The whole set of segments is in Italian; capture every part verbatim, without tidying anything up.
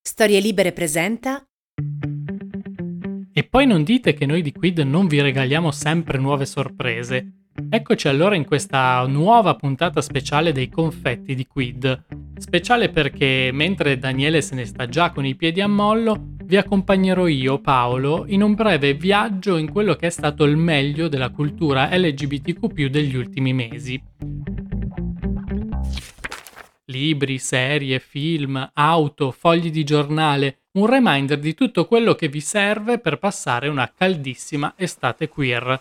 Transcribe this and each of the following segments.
Storie Libere presenta. E poi non dite che noi di Quid non vi regaliamo sempre nuove sorprese. Eccoci allora in questa nuova puntata speciale dei confetti di Quid. Speciale perché, mentre Daniele se ne sta già con i piedi a mollo, vi accompagnerò io, Paolo, in un breve viaggio in quello che è stato il meglio della cultura L G B T Q più degli ultimi mesi. Libri, serie, film, auto, fogli di giornale, un reminder di tutto quello che vi serve per passare una caldissima estate queer.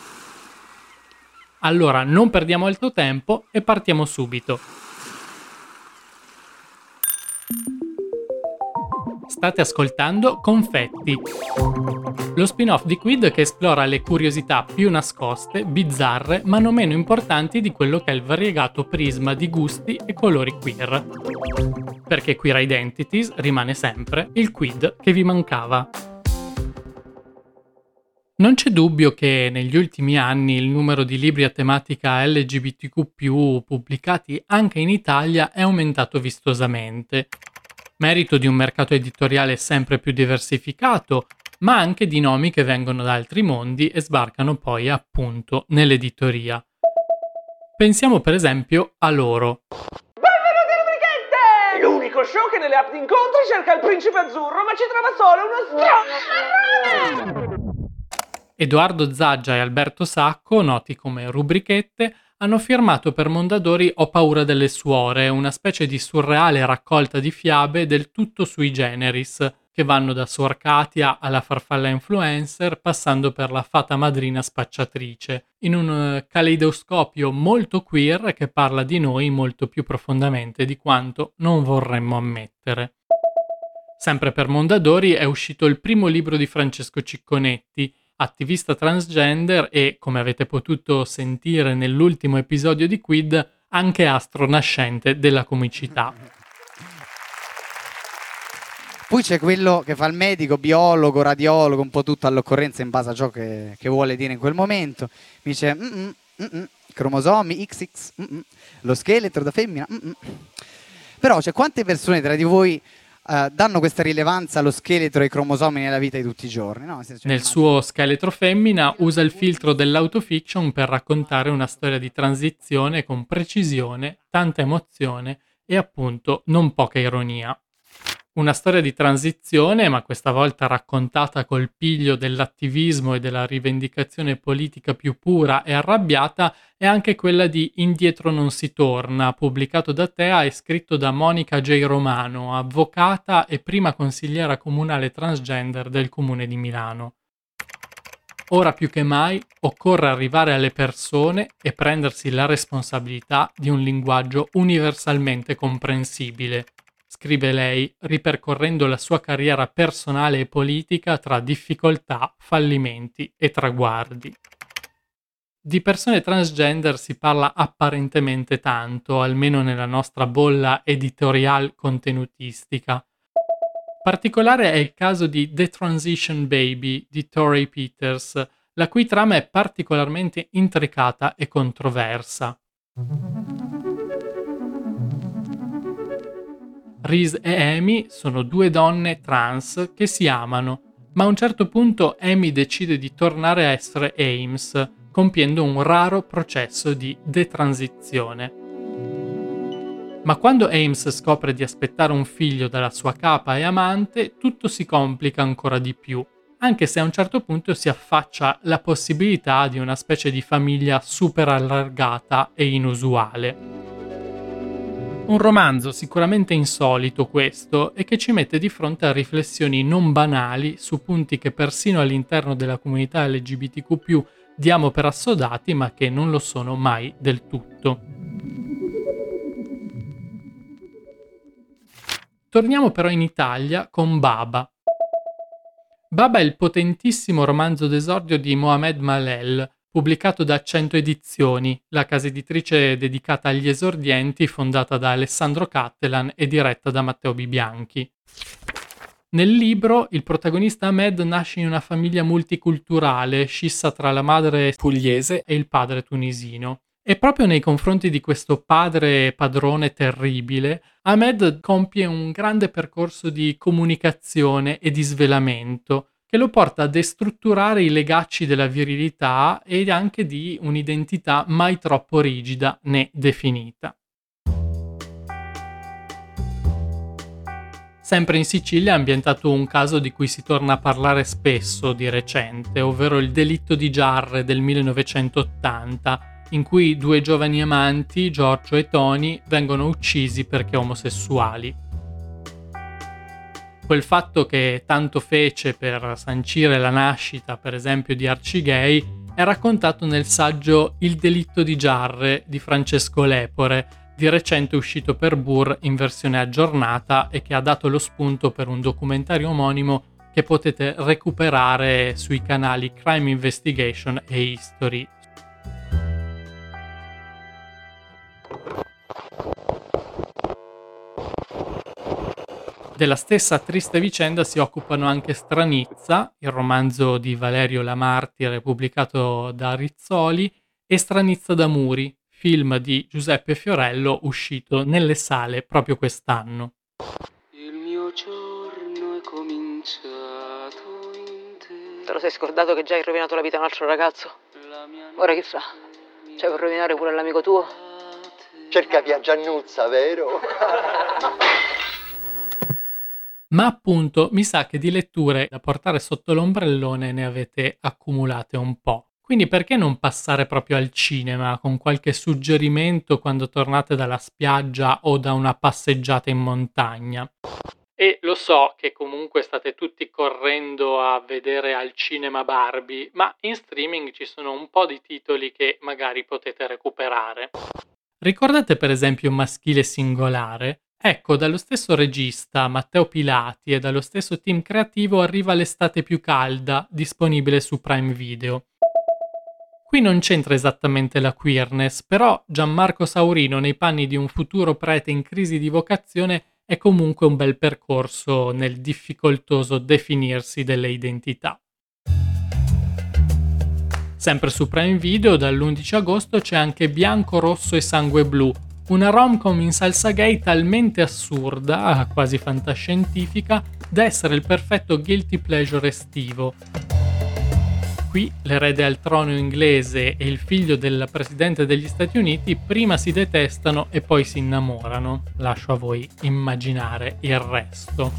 Allora non perdiamo altro tempo e partiamo subito. State ascoltando Confetti, lo spin-off di Quid che esplora le curiosità più nascoste, bizzarre, ma non meno importanti di quello che è il variegato prisma di gusti e colori queer. Perché Queer Identities rimane sempre il Quid che vi mancava. Non c'è dubbio che negli ultimi anni il numero di libri a tematica L G B T Q più pubblicati anche in Italia è aumentato vistosamente. Merito di un mercato editoriale sempre più diversificato, ma anche di nomi che vengono da altri mondi e sbarcano poi appunto nell'editoria. Pensiamo per esempio a loro. Benvenuti alle Brighette! L'unico show che nelle app di incontri cerca il principe azzurro, ma ci trova solo uno stronzo. Edoardo Zaggia e Alberto Sacco, noti come Rubrichette, hanno firmato per Mondadori Ho paura delle suore, una specie di surreale raccolta di fiabe del tutto sui generis, che vanno da Suor Katia alla farfalla influencer, passando per la fata madrina spacciatrice, in un caleidoscopio molto queer che parla di noi molto più profondamente di quanto non vorremmo ammettere. Sempre per Mondadori è uscito il primo libro di Francesco Cicconetti, attivista transgender e, come avete potuto sentire nell'ultimo episodio di Quid, anche astro nascente della comicità. Poi c'è quello che fa il medico, biologo, radiologo, un po' tutto all'occorrenza in base a ciò che, che vuole dire in quel momento. Mi dice, mm-mm, mm-mm, cromosomi X X, mm-mm, lo scheletro da femmina. Mm-mm. Però c'è quante persone tra di voi Uh, danno questa rilevanza allo scheletro e ai cromosomi nella vita di tutti i giorni, no? Cioè, Nel suo scheletro femmina usa il filtro dell'autofiction per raccontare una storia di transizione con precisione, tanta emozione e appunto non poca ironia. Una storia di transizione, ma questa volta raccontata col piglio dell'attivismo e della rivendicazione politica più pura e arrabbiata, è anche quella di Indietro non si torna, pubblicato da Tea e scritto da Monica J. Romano, avvocata e prima consigliera comunale transgender del Comune di Milano. Ora più che mai occorre arrivare alle persone e prendersi la responsabilità di un linguaggio universalmente comprensibile, scrive lei, ripercorrendo la sua carriera personale e politica tra difficoltà, fallimenti e traguardi. Di persone transgender si parla apparentemente tanto, almeno nella nostra bolla editorial contenutistica. Particolare è il caso di The Transition Baby di Torrey Peters, la cui trama è particolarmente intricata e controversa. Reese e Amy sono due donne trans che si amano, ma a un certo punto Amy decide di tornare a essere Ames, compiendo un raro processo di detransizione. Ma quando Ames scopre di aspettare un figlio dalla sua capa e amante, tutto si complica ancora di più, anche se a un certo punto si affaccia la possibilità di una specie di famiglia super allargata e inusuale. Un romanzo sicuramente insolito questo e che ci mette di fronte a riflessioni non banali su punti che persino all'interno della comunità L G B T Q più diamo per assodati ma che non lo sono mai del tutto. Torniamo però in Italia con Baba. Baba è il potentissimo romanzo d'esordio di Mohamed Malel, pubblicato da cento edizioni, la casa editrice dedicata agli esordienti fondata da Alessandro Cattelan e diretta da Matteo Bibianchi. Nel libro il protagonista Ahmed nasce in una famiglia multiculturale, scissa tra la madre pugliese e il padre tunisino. E proprio nei confronti di questo padre padrone terribile, Ahmed compie un grande percorso di comunicazione e di svelamento che lo porta a destrutturare i legacci della virilità e anche di un'identità mai troppo rigida né definita. Sempre in Sicilia è ambientato un caso di cui si torna a parlare spesso di recente, ovvero il delitto di Giarre del millenovecentottanta, in cui due giovani amanti, Giorgio e Tony, vengono uccisi perché omosessuali. Quel fatto che tanto fece per sancire la nascita, per esempio, di Arcigay, è raccontato nel saggio Il delitto di Giarre di Francesco Lepore, di recente uscito per Burr in versione aggiornata e che ha dato lo spunto per un documentario omonimo che potete recuperare sui canali Crime Investigation e History. Della stessa triste vicenda si occupano anche Stranizza, il romanzo di Valerio La Martire pubblicato da Rizzoli, e Stranizza da Muri, film di Giuseppe Fiorello uscito nelle sale proprio quest'anno. Il mio giorno è cominciato in te. Te lo sei scordato che già hai rovinato la vita a un altro ragazzo? Ora chi sa? Cioè per rovinare pure l'amico tuo? Cerca via Giannuzza, vero? Ma appunto mi sa che di letture da portare sotto l'ombrellone ne avete accumulate un po'. Quindi perché non passare proprio al cinema con qualche suggerimento quando tornate dalla spiaggia o da una passeggiata in montagna? E lo so che comunque state tutti correndo a vedere al cinema Barbie, ma in streaming ci sono un po' di titoli che magari potete recuperare. Ricordate per esempio Maschile Singolare? Ecco, dallo stesso regista, Matteo Pilati, e dallo stesso team creativo arriva L'estate più calda, disponibile su Prime Video. Qui non c'entra esattamente la queerness, però Gianmarco Saurino nei panni di un futuro prete in crisi di vocazione è comunque un bel percorso nel difficoltoso definirsi delle identità. Sempre su Prime Video, dall'undici agosto c'è anche Bianco, Rosso e Sangue Blu, una rom-com in salsa gay talmente assurda, quasi fantascientifica, da essere il perfetto guilty pleasure estivo. Qui l'erede al trono inglese e il figlio del presidente degli Stati Uniti prima si detestano e poi si innamorano. Lascio a voi immaginare il resto.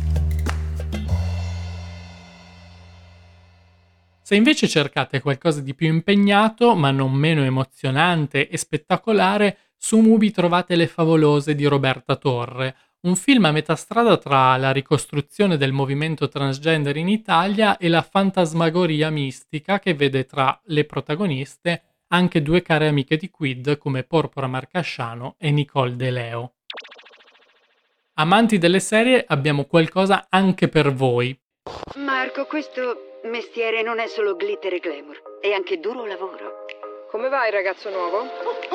Se invece cercate qualcosa di più impegnato, ma non meno emozionante e spettacolare, su Mubi trovate Le favolose di Roberta Torre, un film a metà strada tra la ricostruzione del movimento transgender in Italia e la fantasmagoria mistica che vede tra le protagoniste anche due care amiche di Quid come Porpora Marcasciano e Nicole De Leo. Amanti delle serie, abbiamo qualcosa anche per voi. Marco, questo mestiere non è solo glitter e glamour, è anche duro lavoro. Come vai, ragazzo nuovo?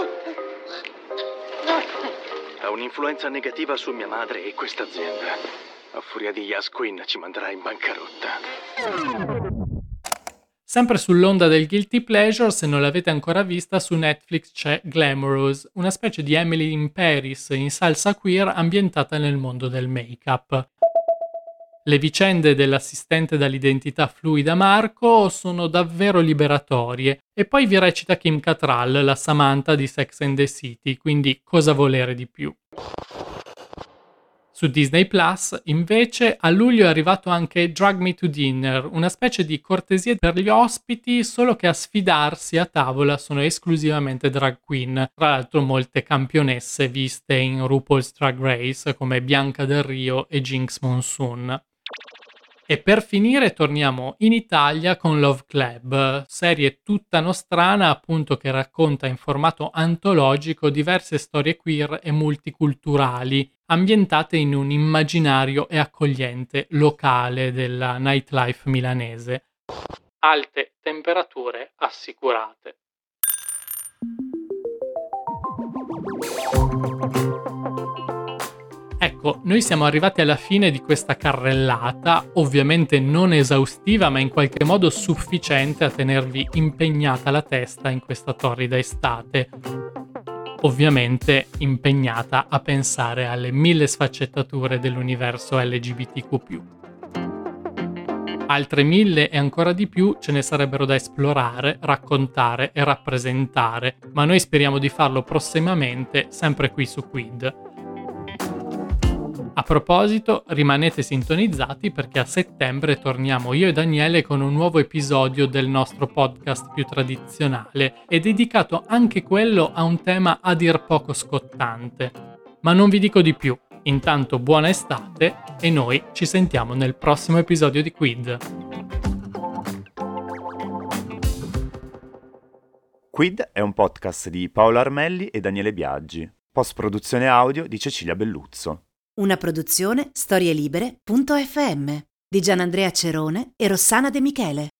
Ha un'influenza negativa su mia madre e questa azienda. A furia di Yas Queen ci manderà in bancarotta. Sempre sull'onda del guilty pleasure, se non l'avete ancora vista, su Netflix c'è Glamorous, una specie di Emily in Paris in salsa queer ambientata nel mondo del make-up. Le vicende dell'assistente dall'identità fluida Marco sono davvero liberatorie e poi vi recita Kim Cattrall, la Samantha di Sex and the City, quindi cosa volere di più. Su Disney Plus, invece, a luglio è arrivato anche Drag Me to Dinner, una specie di cortesia per gli ospiti, solo che a sfidarsi a tavola sono esclusivamente drag queen, tra l'altro molte campionesse viste in RuPaul's Drag Race come Bianca Del Rio e Jinx Monsoon. E per finire torniamo in Italia con Love Club, serie tutta nostrana appunto che racconta in formato antologico diverse storie queer e multiculturali, ambientate in un immaginario e accogliente locale della nightlife milanese. Alte temperature assicurate. Ecco, noi siamo arrivati alla fine di questa carrellata, ovviamente non esaustiva, ma in qualche modo sufficiente a tenervi impegnata la testa in questa torrida estate. Ovviamente impegnata a pensare alle mille sfaccettature dell'universo L G B T Q più. Altre mille e ancora di più ce ne sarebbero da esplorare, raccontare e rappresentare, ma noi speriamo di farlo prossimamente, sempre qui su Quid. A proposito, rimanete sintonizzati perché a settembre torniamo io e Daniele con un nuovo episodio del nostro podcast più tradizionale e dedicato anche quello a un tema a dir poco scottante. Ma non vi dico di più. Intanto buona estate e noi ci sentiamo nel prossimo episodio di Quid. Quid è un podcast di Paolo Armelli e Daniele Biaggi, post-produzione audio di Cecilia Belluzzo. Una produzione storielibere punto effe emme di Gianandrea Cerone e Rossana De Michele.